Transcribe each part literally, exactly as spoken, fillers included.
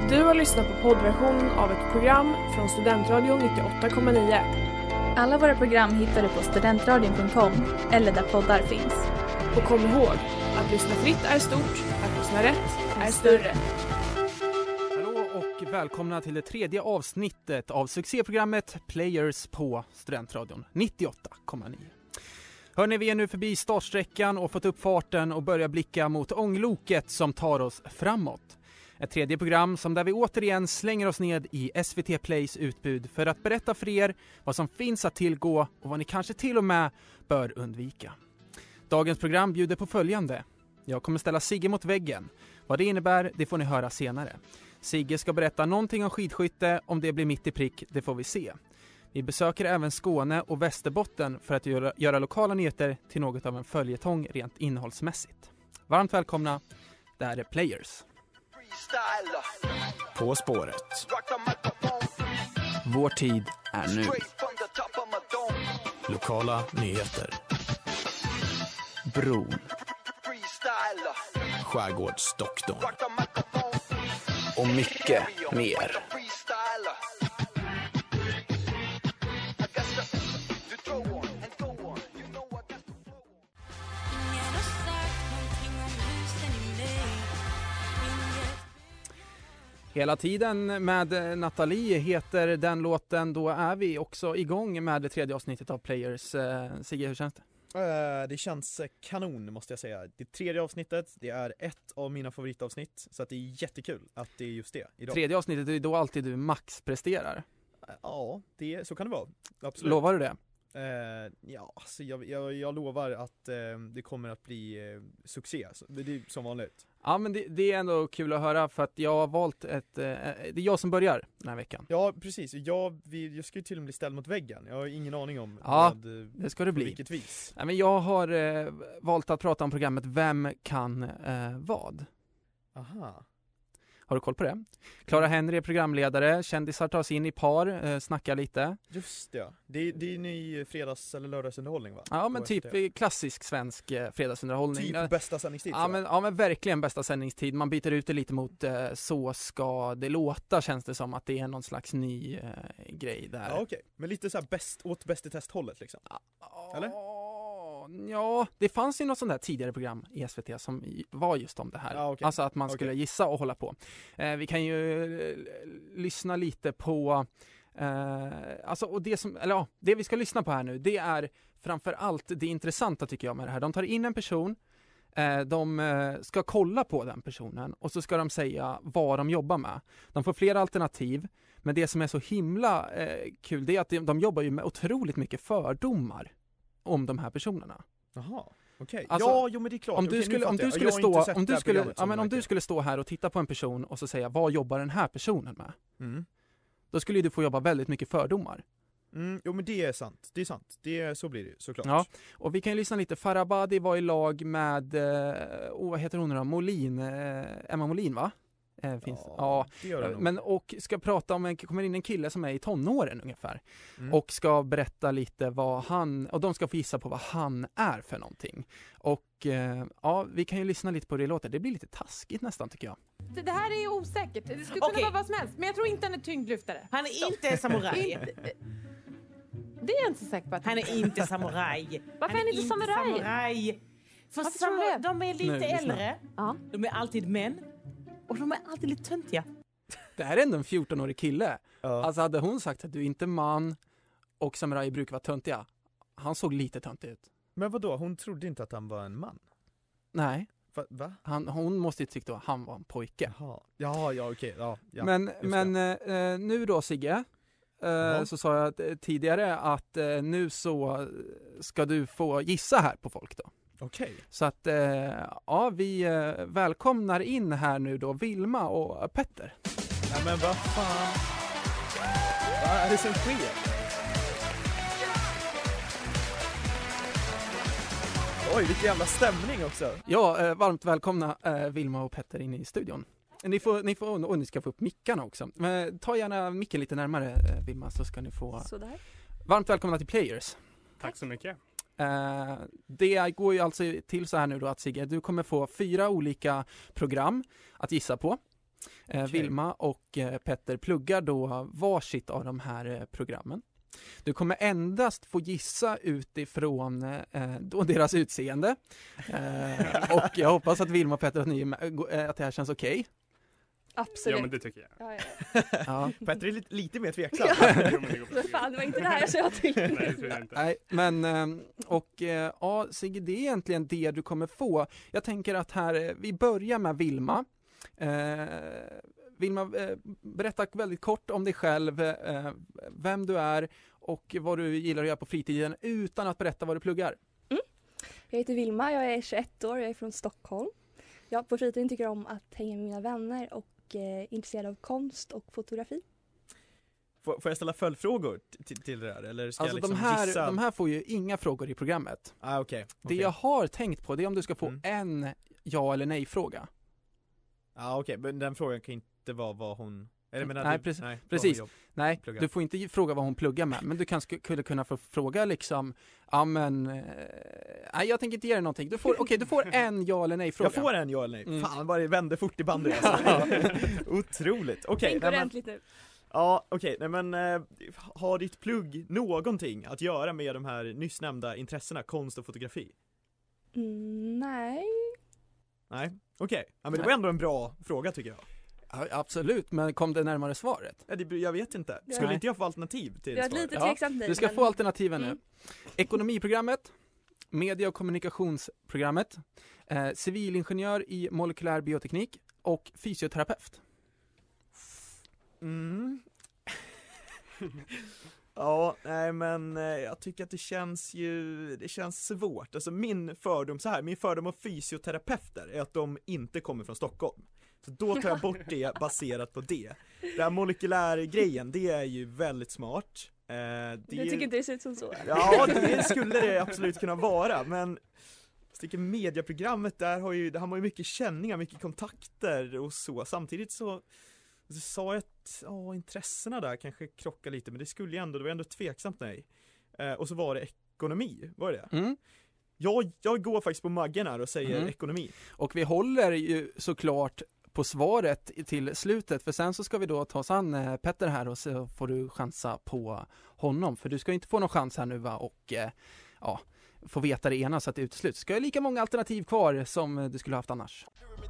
Du har lyssnat på poddversionen av ett program från Studentradion nittioåtta komma nio. Alla våra program hittar du på studentradion punkt com eller där poddar finns. Och kom ihåg, att lyssna fritt är stort, att lyssna rätt är större. Hallå och välkomna till det tredje avsnittet av succéprogrammet Players på Studentradion nittioåtta komma nio. Hörrni, vi är nu förbi startsträckan och fått upp farten och börjar blicka mot ångloket som tar oss framåt. Ett tredje program som där vi återigen slänger oss ned i S V T Plays utbud för att berätta för er vad som finns att tillgå och vad ni kanske till och med bör undvika. Dagens program bjuder på följande. Jag kommer ställa Sigge mot väggen. Vad det innebär, det får ni höra senare. Sigge ska berätta någonting om skidskytte, om det blir mitt i prick, det får vi se. Vi besöker även Skåne och Västerbotten för att göra, göra lokala nyheter till något av en följetong rent innehållsmässigt. Varmt välkomna, det här är Players. På spåret. Vår tid är nu. Lokala nyheter. Bron. Skärgårdsdoktorn. Och mycket mer. Hela tiden med Nathalie heter den låten. Då är vi också igång med det tredje avsnittet av Players. Sigge, hur känns det? Uh, det känns kanon måste jag säga. Det tredje avsnittet, det är ett av mina favoritavsnitt. Så att det är jättekul att det är just det idag. Tredje avsnittet är då alltid du max presterar. Uh, ja, det, så kan det vara. Absolut. Lovar du det? Uh, ja, alltså jag, jag, jag lovar att uh, det kommer att bli uh, succé. Det är som vanligt. Ja, men det, det är ändå kul att höra för att jag har valt ett... Eh, det är jag som börjar den här veckan. Ja, precis. Jag, vi, jag ska ju till och med bli ställd mot väggen. Jag har ingen aning om ja, vad, det ska det bli. vilket vis. Nej, men jag har eh, valt att prata om programmet Vem kan eh, vad? Aha. Har du koll på det? Clara Henry är programledare, kändisar tas in i par, eh, snackar lite. Just det, det, det är ny fredags- eller lördagsunderhållning va? Ja, men typ det. Klassisk svensk eh, fredagsunderhållning. Typ bästa sändningstid. Ja men, ja men verkligen bästa sändningstid. Man byter ut det lite mot eh, så ska det låta, känns det som att det är någon slags ny eh, grej där. Ja okej, okay. Men lite så här bäst, åt bäst i testhållet liksom. Ja, eller? Ja, det fanns ju något sånt där tidigare program i S V T som var just om det här. Ja, okay. Alltså att man skulle okay. gissa och hålla på. Eh, vi kan ju eh, lyssna lite på eh, alltså och det som eller ja, det vi ska lyssna på här nu, det är framför allt det intressanta tycker jag med det här. De tar in en person, eh, de eh, ska kolla på den personen och så ska de säga vad de jobbar med. De får flera alternativ, men det som är så himla eh, kul det är att de, de jobbar ju med otroligt mycket fördomar om de här personerna. Jaha, okej. Okay. Alltså, ja, jo men det är klart. Om du okay, skulle om du skulle stå om du skulle ja, men om verkar. du skulle stå här och titta på en person och så säga vad jobbar den här personen med? Mm. Då skulle du få jobba väldigt mycket fördomar. Mm, jo men det är sant. Det är sant. Det är, så blir det såklart. Ja, och vi kan ju lyssna lite. Farah Abadi var i lag med eh, oh, vad heter hon då? Molin, eh, Emma Molin va? Eh, finns, ja, ja. Men och ska prata om en kommer in en kille som är i tonåren ungefär mm. och ska berätta lite vad han och de ska få gissa på vad han är för någonting. Och eh, ja, vi kan ju lyssna lite på det låter. Det blir lite taskigt nästan tycker jag. Det, det här är osäkert. Det skulle okay. kunna vara vad som helst, men jag tror inte han är tyngdlyftare. Han är inte samuraj. Det är jag inte så säker på att han är inte samuraj. Varför är han inte samuraj? samuraj? För samuraj, de är lite nu, äldre. Ja. De är alltid män. Och de är alltid lite töntiga. Det här är ändå en fjorton-årig kille. Ja. Alltså hade hon sagt att du är inte man och samuraj brukar vara töntiga. Han såg lite töntig ut. Men vadå? Hon trodde inte att han var en man. Nej. Va? Va? Han, hon måste ju tycka att han var en pojke. Jaha. Ja, ja okej. Ja, ja, men men eh, nu då Sigge, eh, så sa jag tidigare att eh, nu så ska du få gissa här på folk då. Okej. Okay. Så att eh, ja, vi eh, välkomnar in här nu då Vilma och Petter. Nej men vad fan. Vad är det som sker? Oj, vilken jävla stämning också. Ja, eh, varmt välkomna eh, Vilma och Petter in i studion. Ni får, ni får, och ni ska få upp mickarna också. Men ta gärna micken lite närmare eh, Vilma så ska ni få. Sådär. Varmt välkomna till Players. Tack så mycket. Eh, det går ju alltså till så här nu då att Sigge, du kommer få fyra olika program att gissa på. Eh, Okej. Vilma och eh, Petter pluggar då varsitt av de här eh, programmen. Du kommer endast få gissa utifrån eh, då deras utseende. Eh, och jag hoppas att Vilma och Petter att, ni, är med- eh, att det här känns okej. Absolut. Ja, men det tycker jag. Ja, ja. Ja. Petter är lite, lite mer tveksam. Jo, men det går bra. Men fan, det var inte det här jag sa till. Nej, det tror jag inte. Nej, men eh, och eh, ja, Sigge, det är egentligen det du kommer få. Jag tänker att här, eh, vi börjar med Vilma. Eh, Vilma, eh, berätta väldigt kort om dig själv, eh, vem du är och vad du gillar att göra på fritiden utan att berätta vad du pluggar. Mm. Jag heter Vilma, jag är tjugoett år, jag är från Stockholm. Jag på fritiden tycker om att hänga med mina vänner och eh, är intresserad av konst och fotografi. Får, får jag ställa följdfrågor till, till det där? Eller ska Alltså jag liksom de, här, gissa? de här får ju inga frågor i programmet. Ah, okej. Det okej. jag har tänkt på det är om du ska få Mm. en ja eller nej fråga. Ja, okej, men den frågan kan inte vara vad hon... Eller menar Nej, du, precis- nej, vad precis. hon jobb- Nej, Pluggar. du får inte fråga vad hon pluggar med, men du kan, skulle kunna få fråga liksom, ja men, eh, nej jag tänker inte ge dig någonting. Du får, okej, du får en ja eller nej fråga. Jag får en ja eller nej? Mm. Fan, bara det vände fort i bandet alltså. Otroligt. Okej, Tänk nej, men, ordentligt nu. ja, okej, nej men eh, har ditt plugg någonting att göra med de här nyss nämnda intressena, konst och fotografi? Mm, nej. Nej, okej. Ja, men det Nej. var ändå en bra fråga tycker jag. Ja, absolut, men kom det närmare svaret? Ja, det, jag vet inte. Skulle Nej. inte jag få alternativ till Jag är svaret? lite Ja, tveksamt nej. Du ska men- få alternativen Mm. nu. Ekonomiprogrammet, media- och kommunikationsprogrammet, eh, civilingenjör i molekylär bioteknik och fysioterapeut. Mm. Ja, nej men eh, jag tycker att det känns ju, det känns svårt. Alltså min fördom så här, min fördom om fysioterapeuter är att de inte kommer från Stockholm. Så då tar jag bort det baserat på det. Den här molekylärgrejen, det är ju väldigt smart. Eh, det Du tycker inte det ser ut som så? Ja, det skulle det absolut kunna vara, men jag tycker mediaprogrammet där har ju, där har man ju mycket känningar, mycket kontakter och så. Samtidigt så, så sa jag att ja, intressena där kanske krockar lite, men det skulle ju ändå, det var ändå tveksamt nej. Eh, och så var det ekonomi, var det det? Mm. Jag, jag går faktiskt på maggen här och säger Mm. ekonomi. Och vi håller ju såklart på svaret till slutet, för sen så ska vi då ta oss an eh, Petter här och så får du chansa på honom, för du ska ju inte få någon chans här nu va, och eh, ja, få veta det ena så att det utesluts. Ska ju lika många alternativ kvar som eh, du skulle haft annars.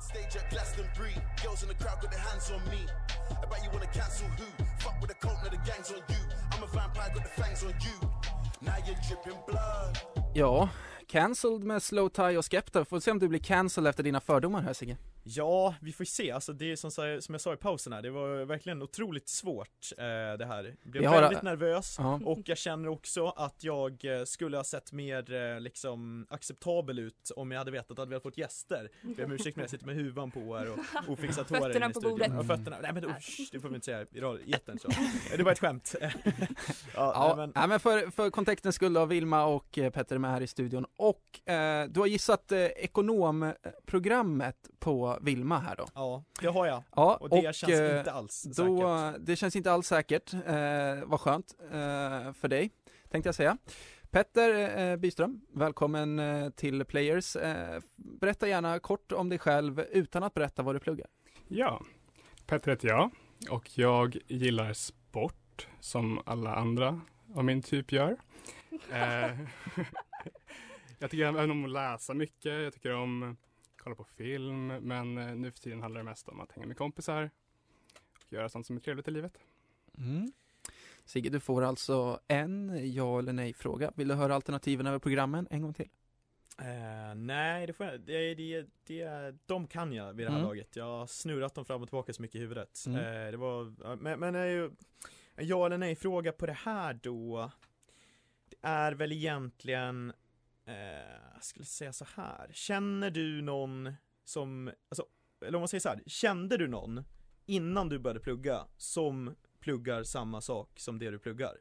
Ja, cancelled med Slow Tie och Skepta. Får se om du blir cancelled efter dina fördomar här, Sigge. Ja, vi får se. Alltså det är som, sa- som jag sa i pausen här, det var verkligen otroligt svårt eh, det här. Jag blev Vi har- väldigt nervös Ja. och jag känner också att jag eh, skulle ha sett mer eh, liksom acceptabel ut om jag hade vetat att vi hade fått gäster. Jag ber om ursäkt med att jag sitter med huvan på här och ofixat hår Fötterna inne i på studion. bordet. Ja, fötterna. Nej men usch, det får vi inte säga i radio- i etern så. Eh, Det var ett skämt. ja, Ja, nej, men, nej, men för, för kontextens skull då, Vilma och eh, Petter är med här i studion. Och eh, du har gissat eh, ekonomprogrammet på Vilma här då. ja, det har jag. Ja, Och det känns eh, inte alls då, säkert. Det känns inte alls säkert. Eh, vad skönt eh, för dig, tänkte jag säga. Petter eh, Byström, välkommen eh, till Players. Eh, berätta gärna kort om dig själv utan att berätta vad du pluggar. Ja, Petter heter jag och jag gillar sport som alla andra av min typ gör. eh, jag tycker även om att läsa mycket, jag tycker om att kolla på film, men eh, nu för tiden handlar det mest om att hänga med kompisar och göra sånt som är trevligt i livet. Mm. Sigge, du får alltså en ja eller nej fråga. Vill du höra alternativen över programmen en gång till? Eh, nej, det får jag, det, det, det, de kan jag vid det här Mm. laget. Jag har snurrat dem fram och tillbaka så mycket i huvudet. Mm. Eh, det var, ja, men, men är ju en ja eller nej fråga på det här då. Det är väl egentligen, eh, jag skulle säga så här. Känner du någon som, alltså, eller om man säger så här, kände du någon innan du började plugga som pluggar samma sak som det du pluggar?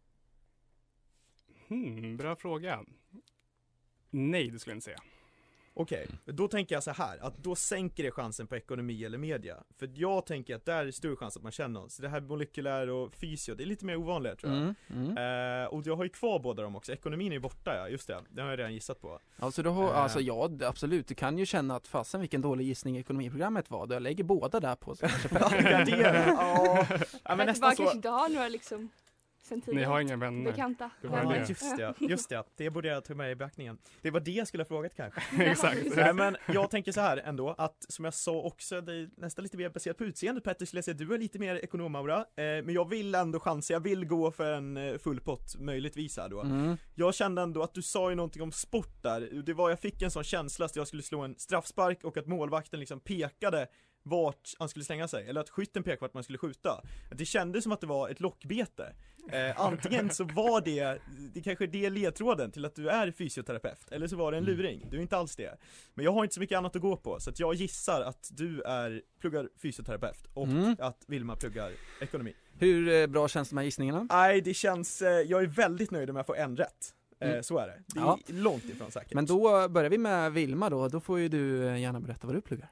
Hmm, bra fråga. Nej, det skulle jag inte säga. Okej, okay. Då tänker jag så här, att då sänker det chansen på ekonomi eller media. För jag tänker att där är stor chans att man känner någon. Så det här molekylär och fysio, det är lite mer ovanligt tror jag. Mm, mm. Eh, och jag har ju kvar båda dem också. Ekonomin är ju borta, ja, just det. Det har jag redan gissat på. Alltså, du har, eh. alltså ja, absolut. Du kan ju känna att fasen vilken dålig gissning ekonomiprogrammet var. Jag lägger båda där på. Så ja, gardera. Ja. Ja, men nästan så... så... kanske inte har några liksom... Ni har inga vänner. Bekanta. Det var ja, det. Just det, just det. Det borde jag ta med i beaktningen. Det var det jag skulle ha frågat kanske. Exakt. Nej, men jag tänker så här ändå, att som jag sa också, det är nästan lite mer baserat på utseendet. Petter, skulle jag säga, du är lite mer ekonomaura. Eh, men jag vill ändå chansa, jag vill gå för en full pott, möjligtvis här då. Mm. Jag kände ändå att du sa ju någonting om sport där. Det var, jag fick en sån känsla att jag skulle slå en straffspark och att målvakten liksom pekade vart han skulle slänga sig, eller att skytten pekade vart man skulle skjuta. Det kändes som att det var ett lockbete. Eh, antingen så var det, det kanske är det ledtråden till att du är fysioterapeut, eller så var det en luring. Du är inte alls det. Men jag har inte så mycket annat att gå på, så att jag gissar att du är pluggar fysioterapeut och mm. att Vilma pluggar ekonomi. Hur eh, bra känns de här gissningarna? Nej, det känns, eh, jag är väldigt nöjd om jag får en rätt. Eh, mm. Så är det. Det är ja. långt ifrån säkert. Men då börjar vi med Vilma då. Då får ju du gärna berätta vad du pluggar.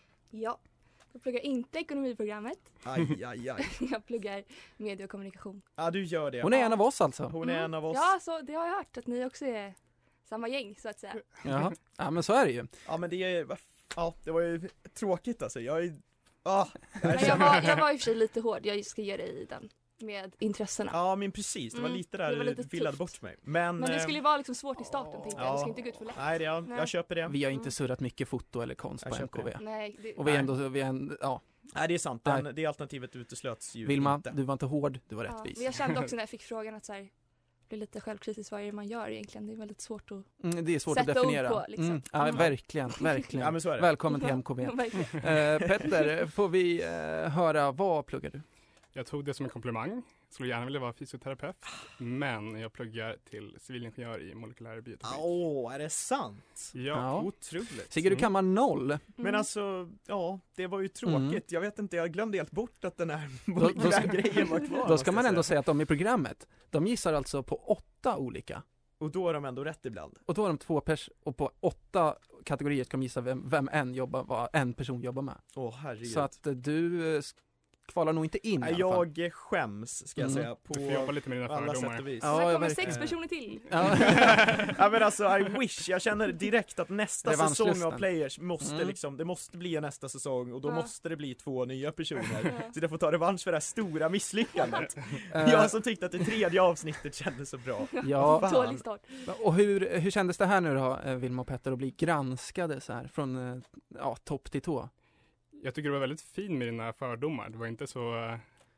Ja. Jag pluggar inte ekonomiprogrammet. Aj, aj, aj. Jag pluggar media och kommunikation. Ja, du gör det. Hon är en av oss alltså. Hon är mm. en av oss. Ja, så det har jag hört att ni också är samma gäng så att säga. Jaha. Ja, men så är det ju. Ja, men det är ja, det var ju tråkigt alltså. Jag är ah, jag, jag var jag var i och för sig lite hård. Jag ska ge dig i den med intressena. Ja, men precis. Det var lite där mm, du villade bort mig. Men, men det skulle ju vara liksom svårt i starten, tänkte jag. Det ska inte gå ut för lätt. Nej, det, jag, Nej. jag köper det. Vi har inte surrat mycket foto eller konst jag på M K V. Nej, det, och vi är ändå, vi är en, ja. Nej, det är sant. Den, det alternativet uteslöts ju Vilma, inte. du var inte hård, du var ja, rättvis. Men jag kände också när jag fick frågan att så här, bli lite självkritisk vad är det man gör egentligen. Det är väldigt svårt att mm, det är svårt sätta att definiera. Ord på, liksom. mm, ja, verkligen, verkligen. Ja, men så är det. Välkommen till M K V. Ja, uh, Petter, får vi uh, höra, vad pluggar du? Jag tog det som en komplimang. Skulle gärna vilja vara fysioterapeut, men jag pluggar till civilingenjör i molekylär bioteknik. Åh, oh, är det sant? Ja. ja. Otroligt. Sigge, du kammar noll. Mm. Men alltså, ja, det var ju tråkigt. Mm. Jag vet inte, jag glömde helt bort att den här då, då ska, grejen var kvar. Då ska man ändå säga. säga att de i programmet, de gissar alltså på åtta olika. Och då är de ändå rätt ibland. Och då är de två pers, och på åtta kategorier ska de gissa vem, vem en, jobbar, vad en person jobbar med. Åh, herregud. Så att du kvalar nog inte in. Jag i skäms, ska jag mm. säga, på du får jobba lite med dina alla fördomar. sätt och vis. Ja, det kommer sex personer till. Ja. Ja, men alltså, I wish. Jag känner direkt att nästa säsong av Players måste mm. liksom, det måste bli en nästa säsong och då ja. måste det bli två nya personer. Så jag får ta revansch för det här stora misslyckandet. Jag som tyckte att det tredje avsnittet kändes så bra. Ja. Tålig start. Och hur, hur kändes det här nu då, Vilma och Petter, att bli granskade så här från ja, topp till tå? Jag tycker det var väldigt fin med dina fördomar. Det var inte så,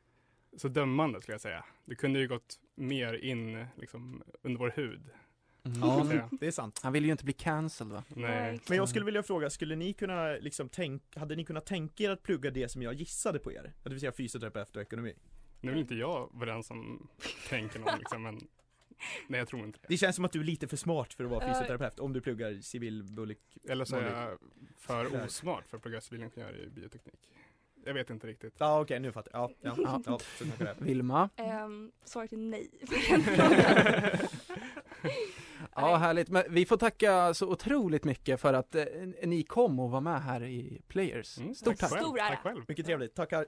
så dömande, skulle jag säga. Det kunde ju gått mer in liksom, under vår hud. Mm. Ja, det är sant. Han ville ju inte bli cancelled, va? Nej. Men jag skulle vilja fråga, skulle ni kunna liksom tänka, hade ni kunnat tänka er att plugga det som jag gissade på er? Det vill säga fysioterapeut och ekonomi. Nu vill inte jag vara den som tänker någon liksom, men nej, jag tror inte det. Det känns som att du är lite för smart för att vara fysioterapeut om du pluggar civilbulik. Eller så är jag för osmart för att plugga civilingenjör i bioteknik. Jag vet inte riktigt. Ja, okej, okay, nu fattar jag. Ja, ja, ja, så det. Vilma? Um, svaret är nej. Ja, härligt. Men vi får tacka så otroligt mycket för att eh, ni kom och var med här i Players. Mm, Stort tack. tack. Stor ära. Tack själv. Mycket trevligt. Tackar.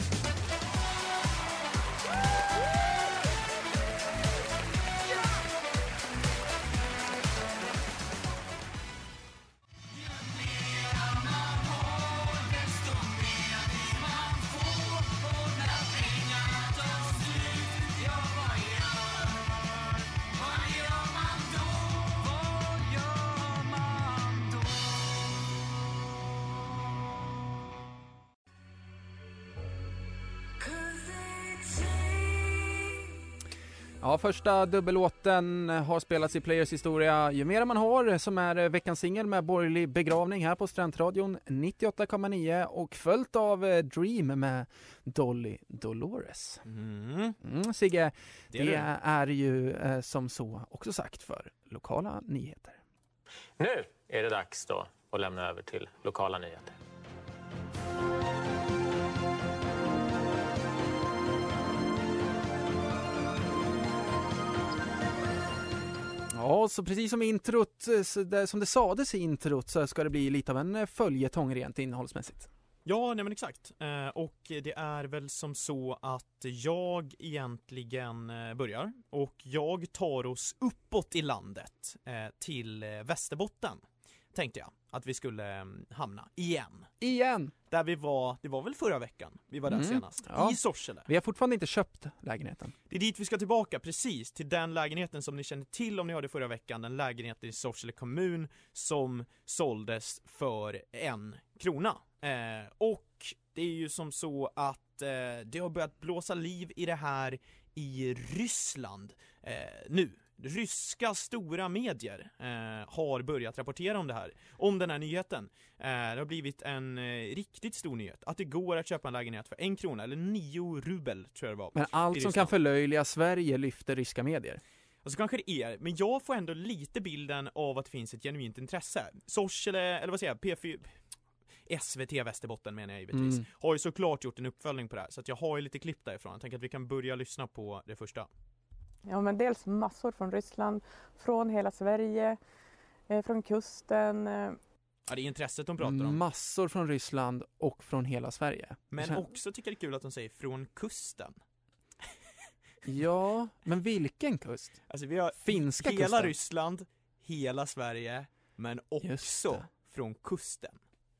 Ja, första dubbellåten har spelats i Players historia. Ju mer man har, som är veckans singel med Borgerlig begravning här på Studentradion nittioåtta komma nio och följt av Dream med Dolly Dolores. Mm. Mm, Sigge, det, är, det det. är ju eh, som så också sagt för lokala nyheter. Nu är det dags då att lämna över till lokala nyheter. Ja, så precis som introt, som det sades i introt, så ska det bli lite av en följetong rent innehållsmässigt. Ja, nej men exakt. Eh, och det är väl som så att jag egentligen eh, börjar. Och jag tar oss uppåt i landet eh, till eh, Västerbotten. Tänkte jag att vi skulle eh, hamna igen. Igen? Där vi var, det var väl förra veckan vi var där Mm. senast. Ja. I Sorsele. Vi har fortfarande inte köpt lägenheten. Det är dit vi ska tillbaka, precis. Till den lägenheten som ni kände till om ni hörde förra veckan. Den lägenheten i Sorsele kommun som såldes för en krona. Eh, och det är ju som så att eh, det har börjat blåsa liv i det här i Ryssland eh, nu. Ryska stora medier eh, har börjat rapportera om det här, om den här nyheten. Eh, det har blivit en eh, riktigt stor nyhet att det går att köpa en lägenhet för en krona eller nio rubel tror jag det var. Men allt som kan förlöjliga Sverige lyfter ryska medier. Och så kanske det är, men jag får ändå lite bilden av att det finns ett genuint intresse. Sorsele, eller vad säger jag, P fyra, S V T Västerbotten menar jag givetvis, Mm. har ju såklart gjort en uppföljning på det här. Så att jag har ju lite klipp därifrån. Jag tänker att vi kan börja lyssna på det första. Ja, men dels massor från Ryssland, från hela Sverige, eh, från kusten. Eh. Ja, det är intresset de pratar om. Massor från Ryssland och från hela Sverige. Men Sen- också tycker jag det är kul att de säger från kusten. Ja, men vilken kust? Alltså vi har Finska hela kusten. Ryssland, hela Sverige, men också från kusten.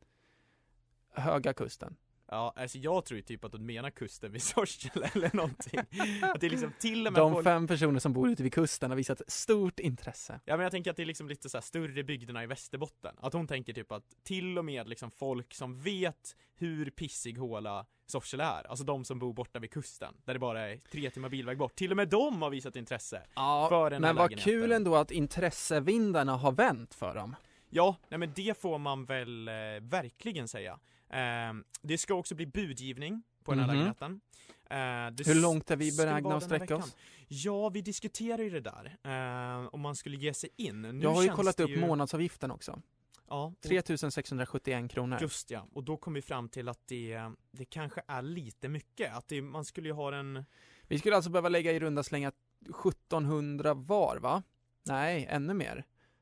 Höga kusten. Ja, alltså jag tror ju typ att de menar kusten vid Sorsele eller någonting. Att det är liksom till och med De folk... fem personer som bor ute vid kusten har visat stort intresse. Ja, men jag tänker att det är liksom lite så här större bygderna i Västerbotten. Att hon tänker typ att till och med liksom folk som vet hur pissig håla Sorsele är, alltså de som bor borta vid kusten, där det bara är tre timmar bilväg bort, till och med de har visat intresse Ja, för den här men vad lägenheten. kul ändå att intressevindarna har vänt för dem. Ja, nej men det får man väl eh, verkligen säga. Eh, det ska också bli budgivning på den här Mhm. lägenheten. Eh, det Hur långt är vi skulle beräkna vara att den här sträcka veckan. oss? Ja, vi diskuterar ju det där. Eh, om man skulle ge sig in. Nu Jag har ju känns kollat det upp ju... månadsavgiften också. Ja, och- tre tusen sexhundrasjuttioen kronor. Just ja, och då kom vi fram till att det, det kanske är lite mycket. Att det, man skulle ju ha en... Vi skulle alltså behöva lägga i runda slänga sjuttonhundra var, va? Nej, ännu mer.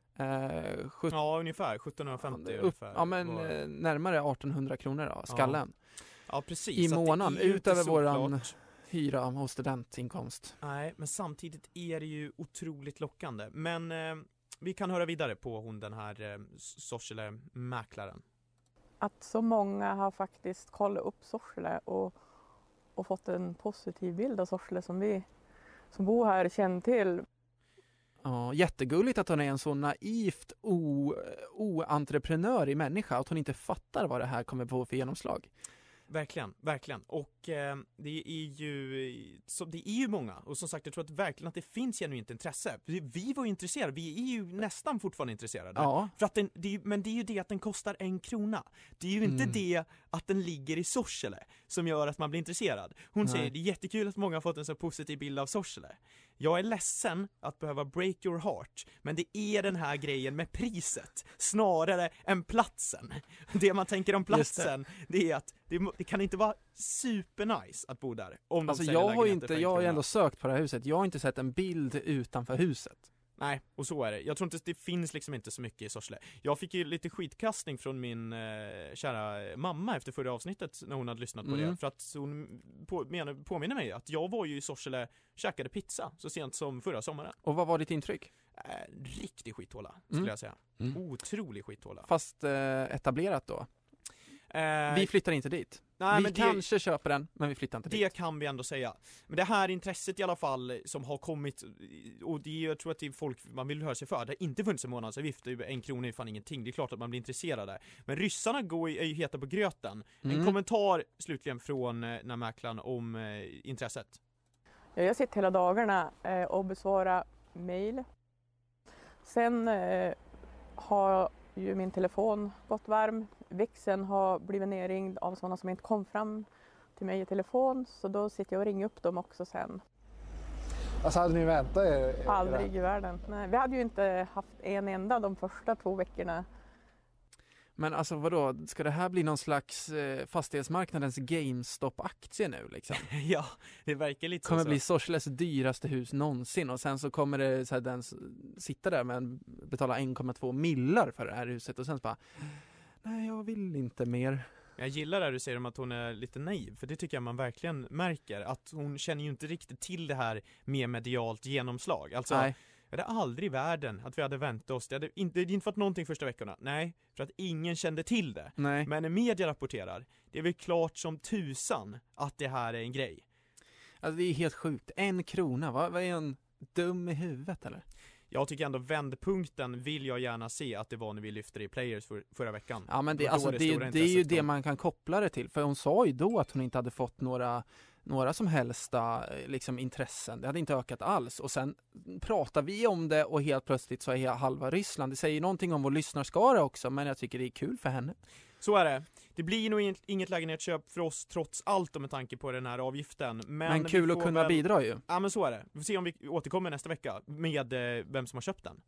Eh, sjut... Ja, ungefär. sjuttonhundrafemtio upp, ungefär. ja, men var... eh, närmare artonhundra kronor då, skallen. Ja, precis. I Så att det månaden, är ju inte utöver så våran klart. hyra och studentinkomst. Nej, men samtidigt är det ju otroligt lockande. Men eh, vi kan höra vidare på hon den här eh, Sorsele-mäklaren. Att så många har faktiskt kollat upp Sorsele och, och fått en positiv bild av Sorsele som vi som bor här känner till. Ja, jättegulligt att hon är en så naivt o, oentreprenör i människa, att hon inte fattar vad det här kommer få för genomslag. Verkligen, verkligen. Och eh, det är ju så det är ju många, och som sagt jag tror att verkligen att det finns genuint intresse. Vi, vi var ju intresserade, vi är ju nästan fortfarande intresserade. Ja. För att den, det är, men det är ju det att den kostar en krona. Det är ju inte Mm. det att den ligger i Sorsele som gör att man blir intresserad. Hon Nej. säger det är jättekul att många har fått en så positiv bild av Sorsele. Jag är ledsen att behöva break your heart, men det är den här grejen med priset snarare än platsen. Det man tänker om platsen, det. det är att det, det kan inte vara supernice att bo där. Om de Alltså säljer jag har ju lägenheter inte, för en jag har ju krona. ändå sökt på det här huset. Jag har inte sett en bild utanför huset. Nej, och så är det. Jag tror inte det finns liksom inte så mycket i Sorsele. Jag fick ju lite skitkastning från min eh, kära mamma efter förra avsnittet när hon hade lyssnat på Mm. det. För att hon på, menar, påminner mig att jag var ju i Sorsele, käkade pizza så sent som förra sommaren. Och vad var ditt intryck? Eh, riktig skithåla, skulle Mm. jag säga. Mm. Otrolig skithåla. Fast eh, etablerat då? Eh, Vi flyttar inte dit. nej, vi men det- kanske köper den, men vi flyttar inte dit. Det kan vi ändå säga. Men det här intresset i alla fall som har kommit, och det, jag tror att det är folk man vill höra sig för. Det har inte funnits en månadsavgift, en krona är fan ingenting. Det är klart att man blir intresserad där. Men ryssarna går ju, är ju heta på gröten. Mm. En kommentar slutligen från eh, den här mäklaren om eh, intresset. Ja, jag sitter hela dagarna eh, och besvarar mejl. Sen eh, har ju min telefon gått varm. Växeln har blivit nerringd av sådana som inte kom fram till mig i telefon. Så då sitter jag och ringer upp dem också sen. Alltså hade ni väntat er? Aldrig i världen. Nej, vi hade ju inte haft en enda de första två veckorna. Men alltså vadå, ska det här bli någon slags eh, fastighetsmarknadens GameStop-aktie nu liksom? Ja, det verkar lite kommer så. bli Sorselets dyraste hus någonsin och sen så kommer det så här, den s- sitta där med en, betala en komma två millar för det här huset och sen så bara, nej jag vill inte mer. Jag gillar det du säger om att hon är lite naiv, för det tycker jag man verkligen märker, att hon känner ju inte riktigt till det här med medialt genomslag. Alltså, Nej. det är aldrig i världen att vi hade väntat oss, det hade inte, det hade inte varit någonting första veckorna, nej, för att ingen kände till det. Nej. Men när media rapporterar, det är väl klart som tusan att det här är en grej. Alltså det är helt sjukt, en krona, vad, vad är en dum i huvudet eller? Jag tycker ändå vändpunkten vill jag gärna se att det var när vi lyfte det i Players för, förra veckan. Ja men det, Och då alltså, det det, stora det är ju intresset det kom. man kan koppla det till, för hon sa ju då att hon inte hade fått några några som helsta liksom, intressen. Det hade inte ökat alls. Och sen pratar vi om det och helt plötsligt så är halva Ryssland. Det säger någonting om vår lyssnarskara också, men jag tycker det är kul för henne. Så är det. Det blir nog inget, inget lägenhetsköp för oss trots allt med tanke på den här avgiften. Men, Men kul vi att får kunna väl... bidra ju. Ja men så är det. Vi får se om vi återkommer nästa vecka med eh, vem som har köpt den.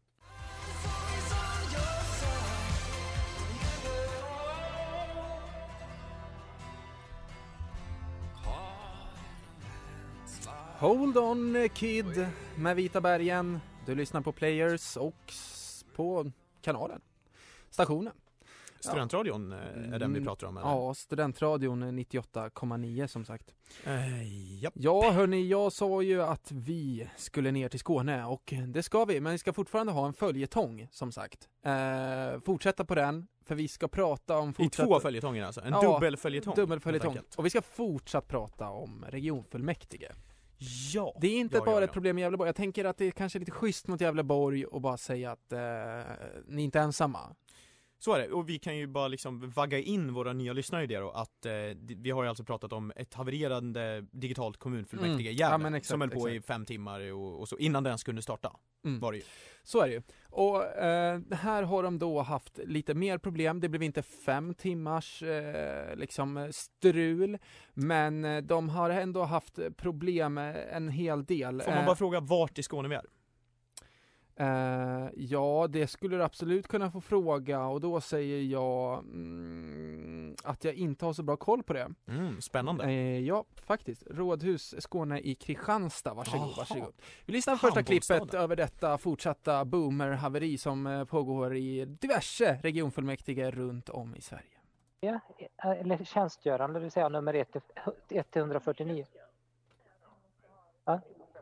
Hold on kid med Vita bergen. Du lyssnar på Players och s- på kanalen. Stationen. Studentradion ja. är den vi pratar om eller? Ja, Studentradion nittioåtta komma nio som sagt. Eh, ja. Ja hörni, jag sa ju att vi skulle ner till Skåne och det ska vi, men vi ska fortfarande ha en följetong som sagt. Eh, fortsätta på den, för vi ska prata om fortsatt... I två följetonger alltså, en ja, dubbelföljetong. Dubbelföljetong. Och vi ska fortsatt prata om regionfullmäktige. Ja. Det är inte ja, bara ja, ja. ett problem i Gävleborg. Jag tänker att det är kanske lite schysst mot Gävleborg och bara säga att eh, ni är inte ensamma. Så är det, och vi kan ju bara liksom vagga in våra nya lyssnare i det då, att eh, vi har ju alltså pratat om ett havererande digitalt kommunfullmäktige Mm. Gävle, Ja, men exakt, som höll på exakt. i fem timmar och, och så, innan den skulle starta, Mm. var det ju. Så är det ju. Och eh, här har de då haft lite mer problem. Det blev inte fem timmars eh, liksom strul, men eh, de har ändå haft problem en hel del. Får man bara fråga vart i Skåne vi är? Eh, ja, det skulle du absolut kunna få fråga, och då säger jag mm, att jag inte har så bra koll på det. Mm, spännande. Eh, ja, faktiskt. Rådhus Skåne i Kristianstad. Varsågod, Jaha. varsågod. Vi lyssnar på första Handbollsstaden. klippet över detta fortsatta boomer-haveri som eh, pågår i diverse regionfullmäktige runt om i Sverige. Ja, eller tjänstgörande, det vill säga nummer ett, etthundrafyrtionio. Ja.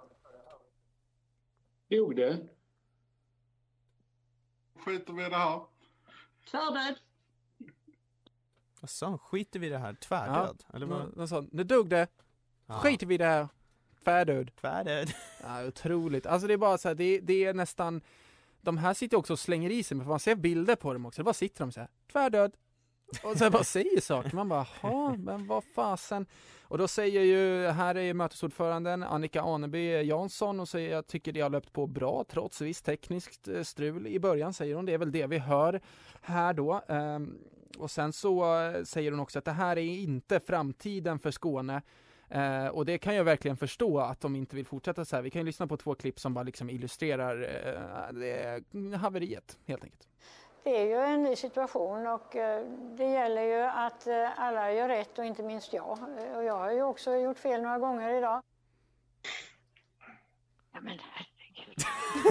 Jo det. Skiter vi i det här. Tvärdöd. Vad sa, skiter vi i det här? Tvärdöd? Ja, Eller vad? de, de sa, nu dog det. Ja. Skiter vi i det här. Tvärdöd. Tvärdöd. Ja, otroligt. Alltså det är bara så här, det, det är nästan, de här sitter också och slänger i sig, men man ser bilder på dem också. Det bara sitter de så här, tvärdöd. Och så bara säger saker, man bara, ja, men vad fasen. Och då säger ju, här är ju mötesordföranden Annika Aneby Jansson och säger, jag tycker det har löpt på bra trots visst tekniskt eh, strul i början, säger hon. Det är väl det vi hör här då. Ehm, och sen så eh, säger hon också att det här är inte framtiden för Skåne. Eh, och det kan jag verkligen förstå att de inte vill fortsätta så här. Vi kan ju lyssna på två klipp som bara liksom illustrerar eh, det haveriet helt enkelt. Det är ju en ny situation och eh, det gäller ju att eh, alla gör rätt och inte minst jag. Eh, Och jag har ju också gjort fel några gånger idag. Ja men herregud.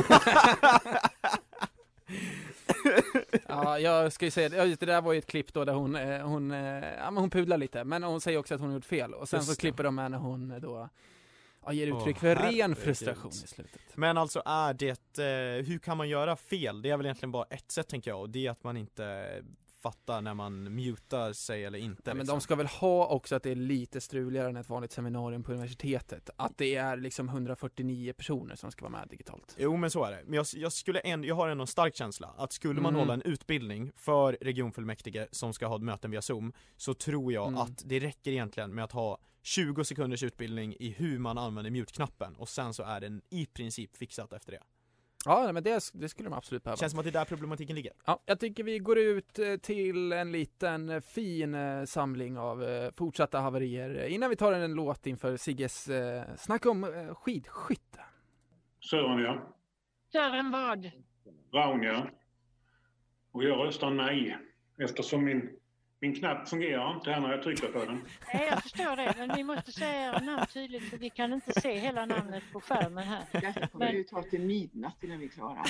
Ja, jag ska ju säga, ja, just det där var ju ett klipp då där hon, eh, hon, eh, ja, men hon pudlar lite, men hon säger också att hon har gjort fel. Och sen Just så det. klipper de med när hon eh, då ja, ger uttryck Åh, för ren herregud. frustration i slutet. Men alltså är det, eh, hur kan man göra fel? Det är väl egentligen bara ett sätt tänker jag, och det är att man inte fattar när man mutar sig eller inte. Ja, men liksom. de ska väl ha också att det är lite struligare än ett vanligt seminarium på universitetet. Att det är liksom hundrafyrtionio personer som ska vara med digitalt. Jo men så är det, men jag, jag, skulle en, jag har en stark känsla att skulle man Mm. hålla en utbildning för regionfullmäktige som ska ha möten via Zoom, så tror jag Mm. att det räcker egentligen med att ha tjugo sekunders utbildning i hur man använder mute-knappen, och sen så är den i princip fixat efter det. Ja, men det, det skulle de absolut behöva. Känns som att det är där problematiken ligger. Ja, jag tycker vi går ut eh, till en liten eh, fin eh, samling av eh, fortsatta haverier innan vi tar en låt inför Sigges eh, snack om eh, skidskytte. Sören ja. Sören vad? Raun ja. Och jag röstar nej. Eftersom min, min knapp fungerar inte här när jag trycker på den. Nej, jag förstår det, men ni måste säga era namn tydligt för vi kan inte se hela namnet på skärmen här. Detta kommer men... ju ta till midnatt innan vi klarar.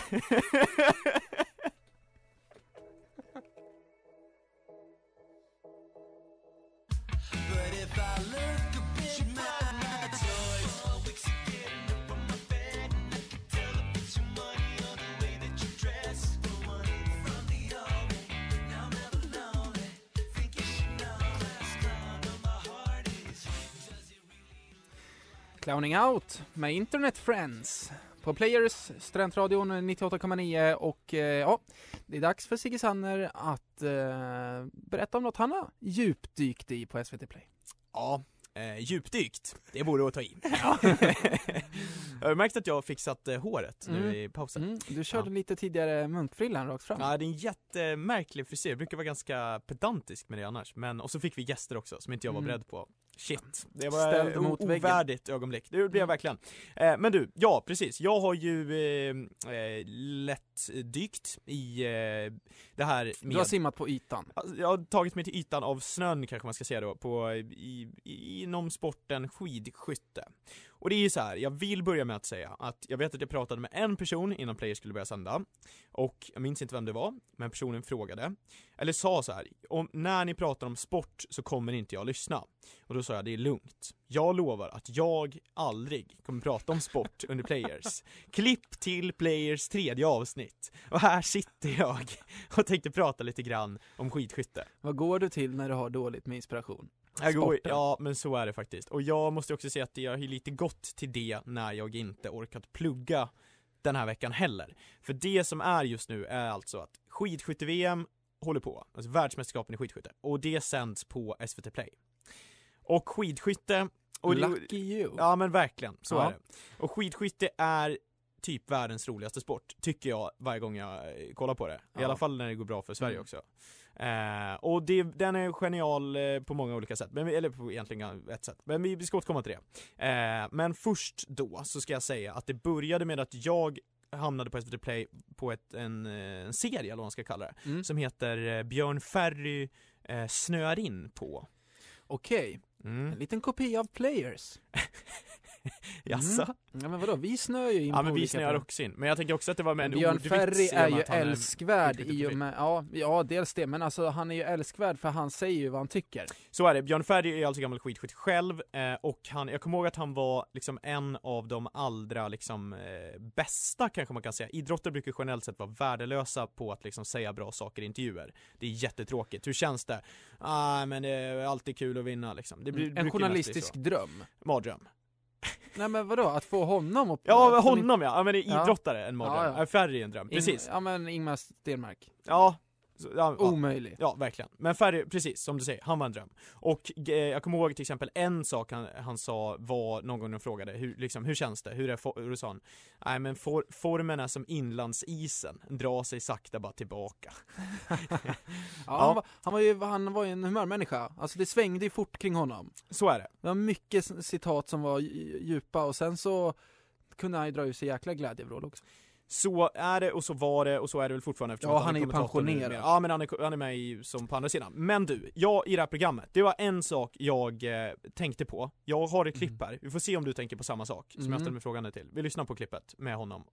Clowning Out med Internet Friends på Players, Studentradion nittioåtta komma nio och eh, ja, det är dags för Sigge Sanner att eh, berätta om något han har djupdykt i på S V T Play. Ja, eh, djupdykt, det borde att ta in. Ja. Jag har märkt att jag har fixat eh, håret nu mm. i pausen. Mm. Du körde ja. lite tidigare munkfrillan rakt fram. Ja, det är en jättemärklig frisyr. Jag brukar vara ganska pedantisk med det annars. Men, och så fick vi gäster också som inte jag var mm. beredd på. Shit, det var ett ovärdigt ögonblick. Det blev jag verkligen. Eh, men du, ja precis. Jag har ju eh, lätt dykt i eh, det här med... Du har simmat på ytan. Jag har tagit mig till ytan av snön kanske man ska säga då. På, i, i, inom sporten skidskytte. Och det är ju så här, jag vill börja med att säga att jag vet att jag pratade med en person innan Player skulle börja sända. Och jag minns inte vem det var, men personen frågade. Eller sa så här, om, när ni pratar om sport så kommer inte jag lyssna. Och då sa jag, det är lugnt. Jag lovar att jag aldrig kommer prata om sport under Players. Klipp till Players tredje avsnitt. Och här sitter jag och tänkte prata lite grann om skidskytte. Vad går du till när du har dåligt med inspiration? Jag går, ja, men så är det faktiskt. Och jag måste också säga att jag har lite gått till det när jag inte orkat plugga den här veckan heller. För det som är just nu är alltså att skidskytte-V M håller på. Alltså världsmästerskapen i skidskytte. Och det sänds på S V T Play. Och skidskytte... Och Lucky det, you. Ja, men verkligen. Så ja. är det. Och skidskytte är typ världens roligaste sport, tycker jag varje gång jag kollar på det. I ja. alla fall när det går bra för Sverige mm. också. Eh, och det, den är genial eh, på många olika sätt, men, eller på egentligen ett sätt. Men vi, vi ska återkomma till det. Eh, men först då så ska jag säga att det började med att jag hamnade på S V T Play på ett, en, en serie, eller vad man ska kalla det, mm. som heter eh, Björn Ferry eh, snöar in på. Okej, mm. en liten kopia av Players. Jaså? Mm. Ja, men vadå? Vi snör ju in ja, på men vi snör också in. Men jag tänker också att det var med en Björn Ferry är ju älskvärd är i och med, ja, ja, dels det, men alltså han är ju älskvärd för han säger ju vad han tycker. Så är det. Björn Ferry är alltså gammal skidskytt själv eh, och han, jag kommer ihåg att han var liksom en av de allra liksom eh, bästa, kanske man kan säga. Idrottare brukar generellt sett vara värdelösa på att liksom säga bra saker i intervjuer. Det är jättetråkigt. Hur känns det? Ah, men det är alltid kul att vinna liksom. Det mm. En journalistisk dröm. Mardröm. Nej men vadå, att få honom upp? Ja, honom ja, ja men det är idrottare ja. en mardröm, ja, ja. Ferry en dröm, precis. In, ja men Ingmar Stenmark. Ja, så, ja, omöjligt. Ja, verkligen. Men Ferry, precis som du säger, han var en dröm. Och eh, jag kommer ihåg till exempel en sak han, han sa var någon gång de frågade hur, liksom, hur känns det? Hur är for, hur sa han? Nej men for, formen är som inlandsisen, drar sig sakta bara tillbaka. ja, ja. Han, var, han, var ju, han var ju en humörmänniska. Alltså det svängde ju fort kring honom. Så är det. Det var mycket citat som var djupa och sen så kunde han ju dra ut sig jäkla glädjevrål också. Så är det och så var det och så är det väl fortfarande. Ja, han, han är ju pensionerad. Ja, men han är, han är med i, som på andra sidan. Men du, jag i det här programmet, det var en sak jag eh, tänkte på. Jag har ett klipp här. Vi får se om du tänker på samma sak som mm. jag ställer mig frågan till. Vi lyssnar på klippet med honom.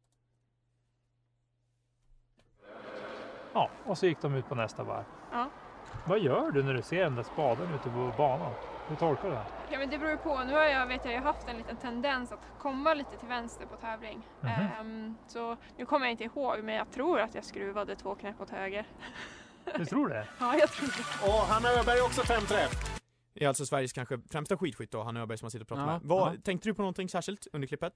Ja, och så gick de ut på nästa varv. Ja. Vad gör du när du ser den där spaden ute på banan? Hur tolkar du det? Ja, men det beror på. Nu har jag, vet jag, jag haft en liten tendens att komma lite till vänster på tävling. Mm-hmm. Um, så nu kommer jag inte ihåg, men jag tror att jag skruvade två knäpp åt höger. Du tror det? Ja, jag tror det. Och Hanna Öberg också fem träff. Det är alltså Sveriges kanske främsta skidskytt och Hanna Öberg som man sitter och pratar ja, med. Vad, ja. Tänkte du på någonting särskilt under klippet?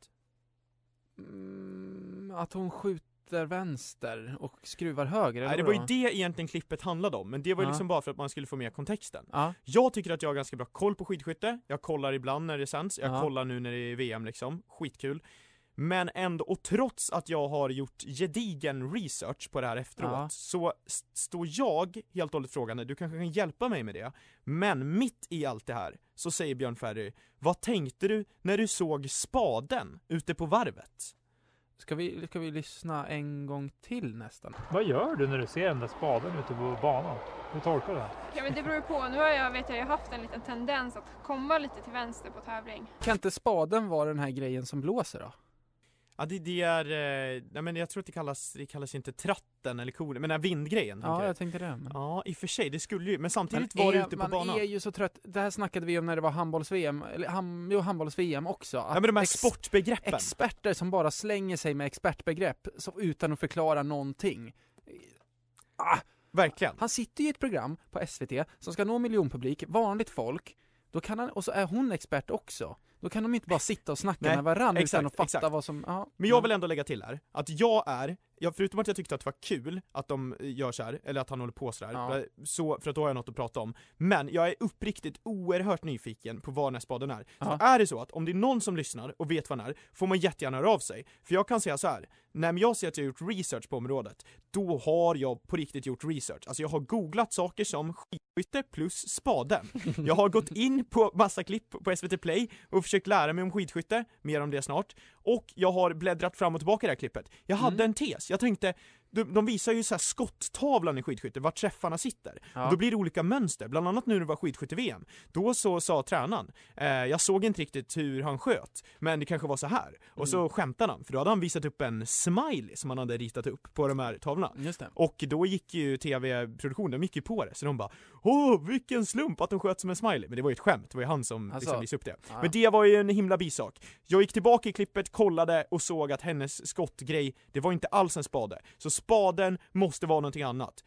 Mm, att hon skjuter vänster och skruvar höger, eller? Nej, det var ju det egentligen klippet handlade om. Men det var ju ja. liksom bara för att man skulle få med kontexten. Ja. Jag tycker att jag har ganska bra koll på skidskytte. Jag kollar ibland när det sänds. Jag ja. kollar nu när det är V M liksom. Skitkul. Men ändå, och trots att jag har gjort gedigen research på det här efteråt ja. så st- står jag helt och hållet frågande. Du kanske kan hjälpa mig med det. Men mitt i allt det här så säger Björn Ferry: vad tänkte du när du såg spaden ute på varvet? Ska vi, ska vi lyssna en gång till nästan? Vad gör du när du ser den där spaden ute på banan? Hur tolkar du det? Ja, men det beror ju på. Nu har jag, vet jag, jag har haft en liten tendens att komma lite till vänster på tävling. Kan inte spaden vara den här grejen som blåser då? Ja, det, det är, eh, nej men jag tror att det kallas, det kallas inte tratten eller kolen, men den här vindgrejen. Ja, jag tänkte det. Men... Ja, i och för sig, det skulle ju, men samtidigt men var det är, ute på man banan. Man är ju så trött, det här snackade vi om när det var handbolls-V M, eller ham, jo, handbolls-V M också. Att ja, men de här ex, sportbegreppen. Experter som bara slänger sig med expertbegrepp så, utan att förklara någonting. Ah, verkligen. Han sitter ju i ett program på S V T som ska nå miljonpublik, vanligt folk, då kan han, och så är hon expert också. Då kan de inte bara sitta och snacka Nej, med varandra exakt, utan att fatta exakt. vad som... Ja, men jag vill ändå lägga till här att jag är, jag, förutom att jag tyckte att det var kul att de gör så här, eller att han håller på så här, Ja. så, för att då har jag något att prata om. Men jag är uppriktigt oerhört nyfiken på vad den här spaden är. Ja. Så är det så att om det är någon som lyssnar och vet vad den är, får man jättegärna höra av sig. För jag kan säga så här, när jag ser att jag har gjort research på området, då har jag på riktigt gjort research. Alltså jag har googlat saker som skidskytte plus spaden. Jag har gått in på massa klipp på S V T Play och försökt lära mig om skidskytte, mer om det snart. Och jag har bläddrat fram och tillbaka i det här klippet. Jag hade Mm. en tes, jag tänkte, de, de visar ju så här skotttavlan i skidskytte, vart träffarna sitter. Ja. Och då blir det olika mönster, bland annat nu när det var skidskytte-V M. Då så sa tränaren, eh, jag såg inte riktigt hur han sköt, men det kanske var så här. Och Mm. så skämtade han, för då hade han visat upp en smiley som han hade ritat upp på de här tavlorna. Just det. Och då gick ju tv-produktionen, de gick ju på det, så de bara, åh vilken slump att de sköt som en smiley. Men det var ju ett skämt, det var ju han som Alltså, liksom visade upp det. ja. Men det var ju en himla bisak. Jag gick tillbaka i klippet, kollade och såg att hennes skottgrej, det var inte alls en spade. Så spaden måste vara någonting annat.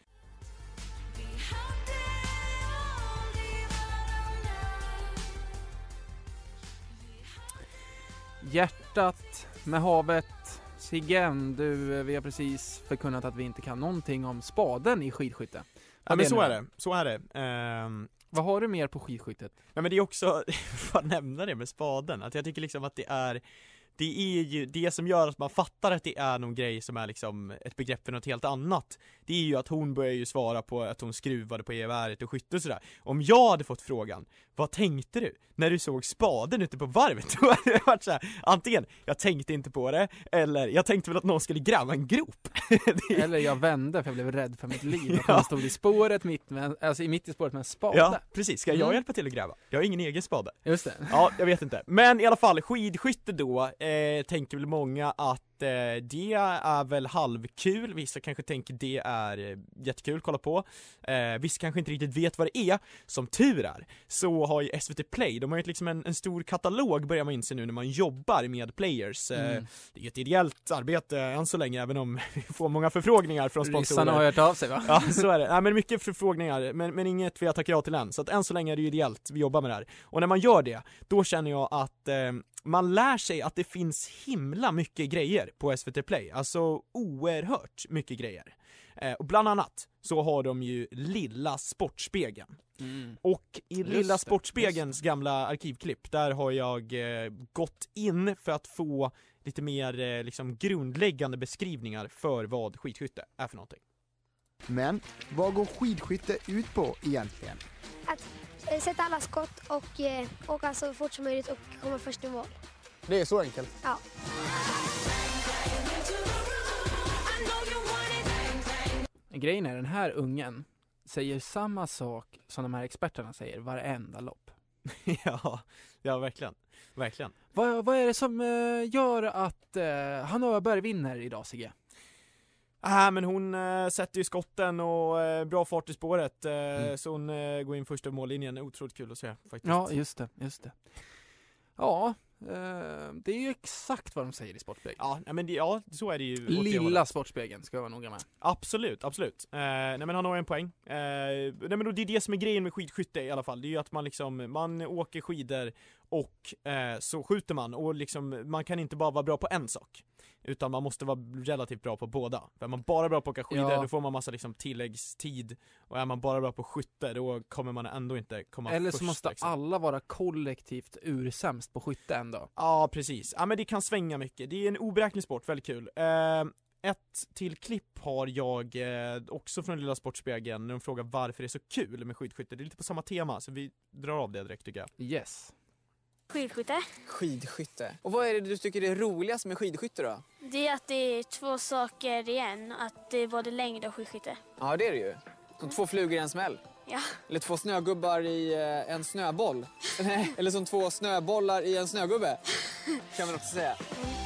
Hjärtat med havet. Siggen, du, vi har precis förkunnat att vi inte kan någonting om spaden i skidskytte. Ja, men det så nu? är det, så är det. Ehm, Vad har du mer på skidskyttet? Nej men det är också, vad nämna det med spaden, att jag tycker liksom att det är det är ju det som gör att man fattar att det är någon grej som är liksom ett begrepp för något helt annat. Det är ju att hon börjar ju svara på att hon skruvade på geväret och skytte och sådär. Om jag hade fått frågan, vad tänkte du när du såg spaden ute på varvet? Då hade det varit så här, antingen, jag tänkte inte på det, eller jag tänkte väl att någon skulle gräva en grop. är... Eller jag vände för jag blev rädd för mitt liv. Att man stod i spåret mitt, med, alltså mitt i spåret med en spade. Ja, precis. Ska jag Mm. hjälpa till att gräva? Jag har ingen egen spade. Just det. Ja, jag vet inte. Men i alla fall, skidskytte då, eh, tänker väl många att eh, det är väl halvkul. Vissa kanske tänker det är eh, jättekul att kolla på. Eh, vissa kanske inte riktigt vet vad det är. Som tur är så har ju S V T Play, de har ju liksom en, en stor katalog börjar man inse nu när man jobbar med players. Eh, Mm. Det är ju ett ideellt arbete än så länge, även om vi får många förfrågningar från sponsorer. Ryssarna har hört av sig, va? Ja, så är det. Nej, men mycket förfrågningar, men, men inget vi har tackat ja till än. Så att än så länge är det ju ideellt, vi jobbar med det här. Och när man gör det, då känner jag att eh, man lär sig att det finns himla mycket grejer på S V T Play. Alltså oerhört mycket grejer. Eh, och bland annat så har de ju Lilla Sportspegeln. Mm. Och i Just Lilla det, Sportspegelns gamla arkivklipp, där har jag eh, gått in för att få lite mer eh, liksom grundläggande beskrivningar för vad skidskytte är för någonting. Men vad går skidskytte ut på egentligen? Att eh, sätta alla skott och eh, åka så fort som möjligt och komma först i mål. Det är så enkelt. Ja. Grejen är, den här ungen säger samma sak som de här experterna säger varenda lopp. ja, ja, verkligen. Verkligen. Vad, vad är det som uh, gör att uh, Hanna Öberg vinner idag, Sigge? Ah, men hon äh, sätter ju skotten och äh, bra fart i spåret, äh, Mm. så hon äh, går in först i mållinjen. Otroligt kul att se faktiskt. Ja, just det, just det. Ja, uh, det är ju exakt vad de säger i Sportspegeln. Ja, nej, men det, ja, så är det ju. åt det Lilla hållet. Sportspegeln ska jag vara noga med. Absolut, absolut. Eh, nej men han har en poäng. Eh, nej men då, det är det som är grejen med skidskytte i alla fall. Det är ju att man liksom, man åker skidor och eh, så skjuter man. Och liksom, man kan inte bara vara bra på en sak. Utan man måste vara relativt bra på båda. För är man bara bra på att åka skidor, Ja. då får man massa liksom tilläggstid. Och är man bara bra på skytte, då kommer man ändå inte komma Eller först. så måste liksom. alla vara kollektivt ursämst på skytte ändå. Ja, precis. Ja, men det kan svänga mycket. Det är en oberäknelig sport, väldigt kul. Eh, ett till klipp har jag eh, också från Lilla Sportspegeln när de frågar varför det är så kul med skidskytte. Det är lite på samma tema, så vi drar av det direkt tycker jag. Yes. Skidskytte. Skidskytte. Och vad är det du tycker är roligast med skidskytte då? Det är att det är två saker igen. Att det är både längd och skidskytte. Ja, det är det ju. Som två flugor i en smäll. Ja. Eller två snögubbar i eh, en snöboll. Eller som två snöbollar i en snögubbe. Kan man också säga.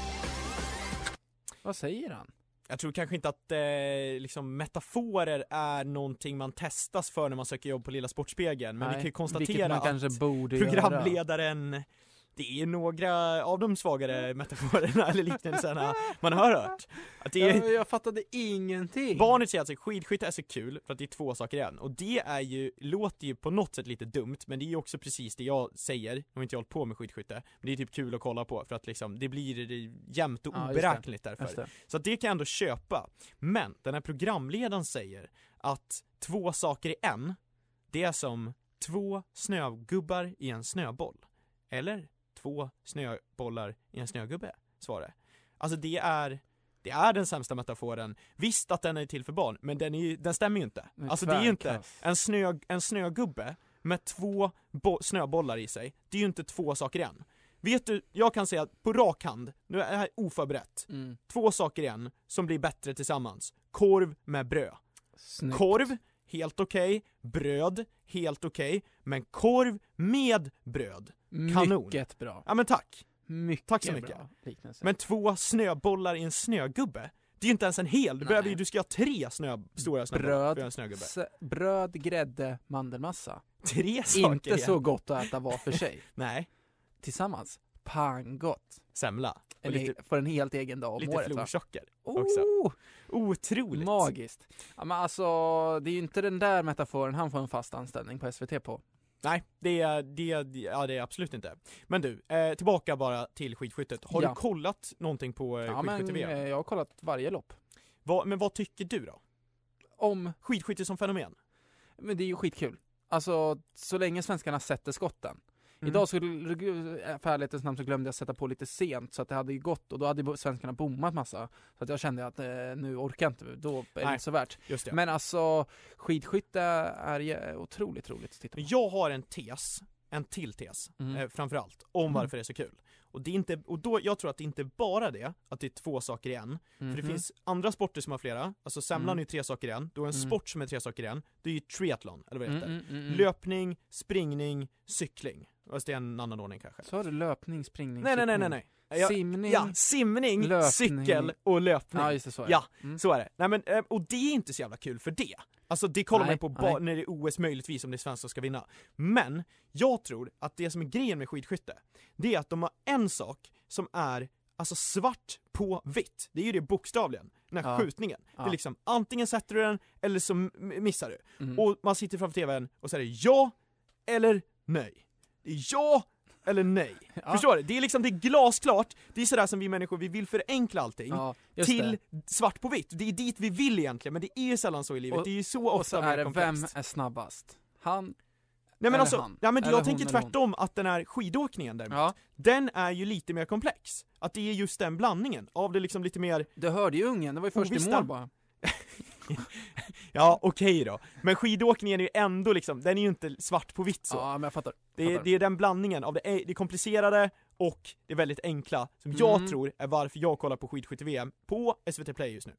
Vad säger han? Jag tror kanske inte att eh, liksom metaforer är någonting man testas för när man söker jobb på Lilla Sportspegeln. Men Nej, vi kan ju konstatera vilket man att kanske borde programledaren göra. Det är några av de svagare metaforerna eller liknelserna man har hört. Att det är, jag, jag fattade ingenting. Barnet säger alltså sskidskytte är så kul för att det är två saker igen. Och det är ju, låter ju på något sätt lite dumt, men det är ju också precis det jag säger. Nu har inte jag hållit på med skidskytte, men det är typ kul att kolla på för att liksom, det blir jämnt och Ja, oberäkneligt just det. därför. Just det. Så att det kan jag ändå köpa. Men den här programledaren säger att två saker i en, det är som två snögubbar i en snöboll. Eller två snöbollar i en snögubbe, svarar. Alltså det är det är den sämsta metaforen. Visst att den är till för barn, men den, är, den stämmer ju inte. Det alltså det är ju inte en, snö, en snögubbe med två bo- snöbollar i sig. Det är ju inte två saker i en. Vet du, jag kan säga på rak hand, nu är det här oförberett. Mm. Två saker i en som blir bättre tillsammans. Korv med bröd. Snyggt. Korv, helt okej. Okay. Bröd, helt okej. Okay. Men korv med bröd, kanon. Mycket bra. Ja men tack. Mycket tack så mycket. Bra liknelse. Men två snöbollar i en snögubbe, det är ju inte ens en hel. Du, behöver, du ska ha tre snö, stora snöbollar bröd, i en snögubbe. S- bröd, grädde, mandelmassa. Tre saker. Inte igen. Så gott att äta var för sig. Nej. Tillsammans. Panggott. Semla. En lite, för en helt egen dag om lite året. Lite florsocker oh, också. Otroligt. Magiskt. Ja, men alltså, det är ju inte den där metaforen han får en fast anställning på S V T på. Nej, det är, det är, ja, det är absolut inte. Men du, eh, tillbaka bara till skidskyttet. Har ja. du kollat någonting på eh, ja, skidskytte-V M? Men, eh, jag har kollat varje lopp. Va, men vad tycker du då? Om skidskytte som fenomen? Men det är ju skitkul. Alltså, så länge svenskarna sätter skotten. Mm. Idag så, för ärlighetens namn, så glömde jag sätta på lite sent så att det hade ju gått och då hade svenskarna bommat massa. Så att jag kände att eh, nu orkar jag inte, då är det Nej, inte så värt. Just det. Men alltså, skidskytte är otroligt roligt att titta på. Jag har en tes, en till tes, mm. eh, framförallt, om mm. varför det är så kul. Och, det är inte, och då, jag tror att det inte är bara det, att det är två saker i en. Mm. För det finns andra sporter som har flera. Alltså semlan mm. är tre saker i en. Då är en mm. sport som är tre saker i en. Det är ju triathlon, eller vad det heter. Mm, mm, mm. Löpning, springning, cykling. Fast det är en annan ordning kanske. Så har du löpning, springning, nej, nej, nej, nej, nej. Jag, simning, ja, simning löpning. Cykel och löpning. Ja, just det, så är det. Ja, mm. så är det. Nej, men, och det är inte så jävla kul för det. Alltså det kollar man på ba- när det är O S möjligtvis om det är svenskar som ska vinna. Men jag tror att det som är grejen med skidskytte, det är att de har en sak som är alltså svart på vitt. Det är ju det bokstavligen, den här ja. skjutningen. Ja. Det är liksom, antingen sätter du den eller så missar du. Mm. Och man sitter framför tvn och säger ja eller nej. Det är ja eller nej. Ja. Förstår du? Det är liksom, det är glasklart. Det är sådär som vi människor, vi vill förenkla allting ja, till det. Svart på vitt. Det är dit vi vill egentligen, men det är ju sällan så i livet. Och, det är ju så ofta och så är det, vem är snabbast? Han Nej men alltså, han, ja, men jag tänker tvärtom att den här skidåkningen däremot, ja. den är ju lite mer komplex. Att det är just den blandningen av det liksom lite mer... Du hörde ju ungen, det var ju först i mål bara. Ja, okej okay då. Men skidåkningen är ju ändå liksom, den är ju inte svart på vitt så. Ja, men jag fattar. Det är, det är den blandningen av det, det komplicerade och det väldigt enkla som mm. jag tror är varför jag kollar på skidskytte-V M på S V T Play just nu.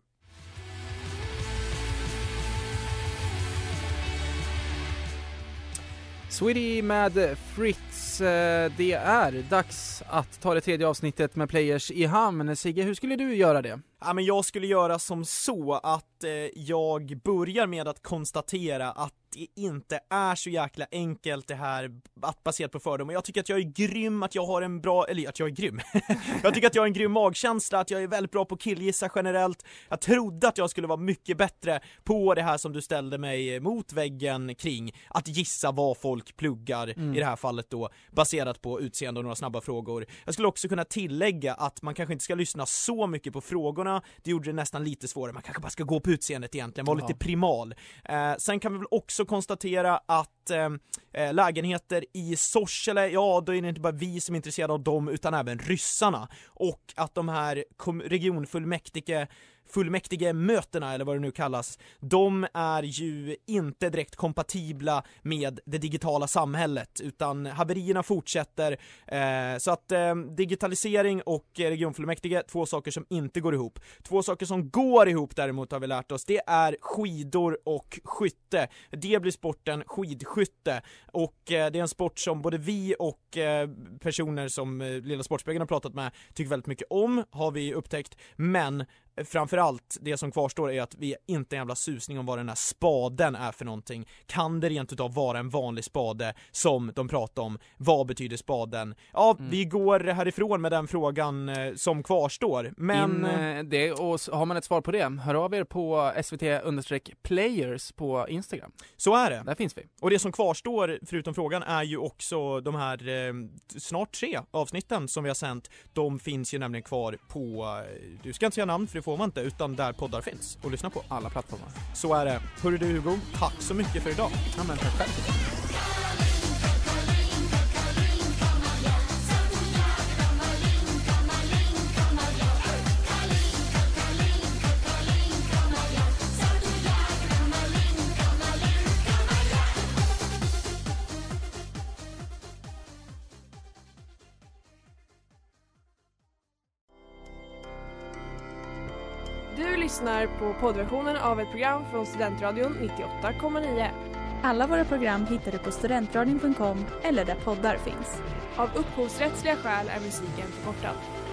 Sweetie med Fritz, det är dags att ta det tredje avsnittet med Players i hamn. Sigge, hur skulle du göra det? Ja, men jag skulle göra som så att eh, jag börjar med att konstatera att det inte är så jäkla enkelt det här att baserat på fördom. Och jag tycker att jag är grym, att jag har en bra, eller att jag är grym. Jag tycker att jag har en grym magkänsla, att jag är väldigt bra på killgissa generellt. Jag trodde att jag skulle vara mycket bättre på det här som du ställde mig mot väggen kring, att gissa vad folk pluggar, mm. i det här fallet då, baserat på utseende och några snabba frågor. Jag skulle också kunna tillägga att man kanske inte ska lyssna så mycket på frågorna. Det gjorde det nästan lite svårare. Man kanske bara ska gå på utseendet egentligen, vara lite primal. Eh, sen kan vi väl också konstatera att eh, lägenheter i Sorsele, ja, då är det inte bara vi som är intresserade av dem utan även ryssarna. Och att de här kom- regionfullmäktige fullmäktige mötena eller vad det nu kallas, de är ju inte direkt kompatibla med det digitala samhället, utan haverierna fortsätter. Eh, så att eh, digitalisering och regionfullmäktige, två saker som inte går ihop. Två saker som går ihop däremot har vi lärt oss, det är skidor och skytte. Det blir sporten skidskytte, och eh, det är en sport som både vi och eh, personer som eh, Lilla Sportspegeln har pratat med tycker väldigt mycket om, har vi upptäckt. Men framförallt det som kvarstår är att vi är inte en jävla susning om vad den här spaden är för någonting. Kan det rent utav vara en vanlig spade som de pratar om? Vad betyder spaden? Ja, mm. vi går härifrån med den frågan eh, som kvarstår. Men In, eh, det, och har man ett svar på det, hör av er på S V T understreck players på Instagram. Så är det. Där finns vi. Och det som kvarstår förutom frågan är ju också de här eh, snart tre avsnitten som vi har sänt. De finns ju nämligen kvar på, eh, du ska inte säga namn för det får man inte, utan där poddar finns och lyssna på. Alla plattformar. Så är det. Hörru du Hugo, tack så mycket för idag. Ja, men tack själv. Du lyssnar på poddversionen av ett program från Studentradion nittioåtta komma nio. Alla våra program hittar du på studentradion punkt com eller där poddar finns. Av upphovsrättsliga skäl är musiken förkortad.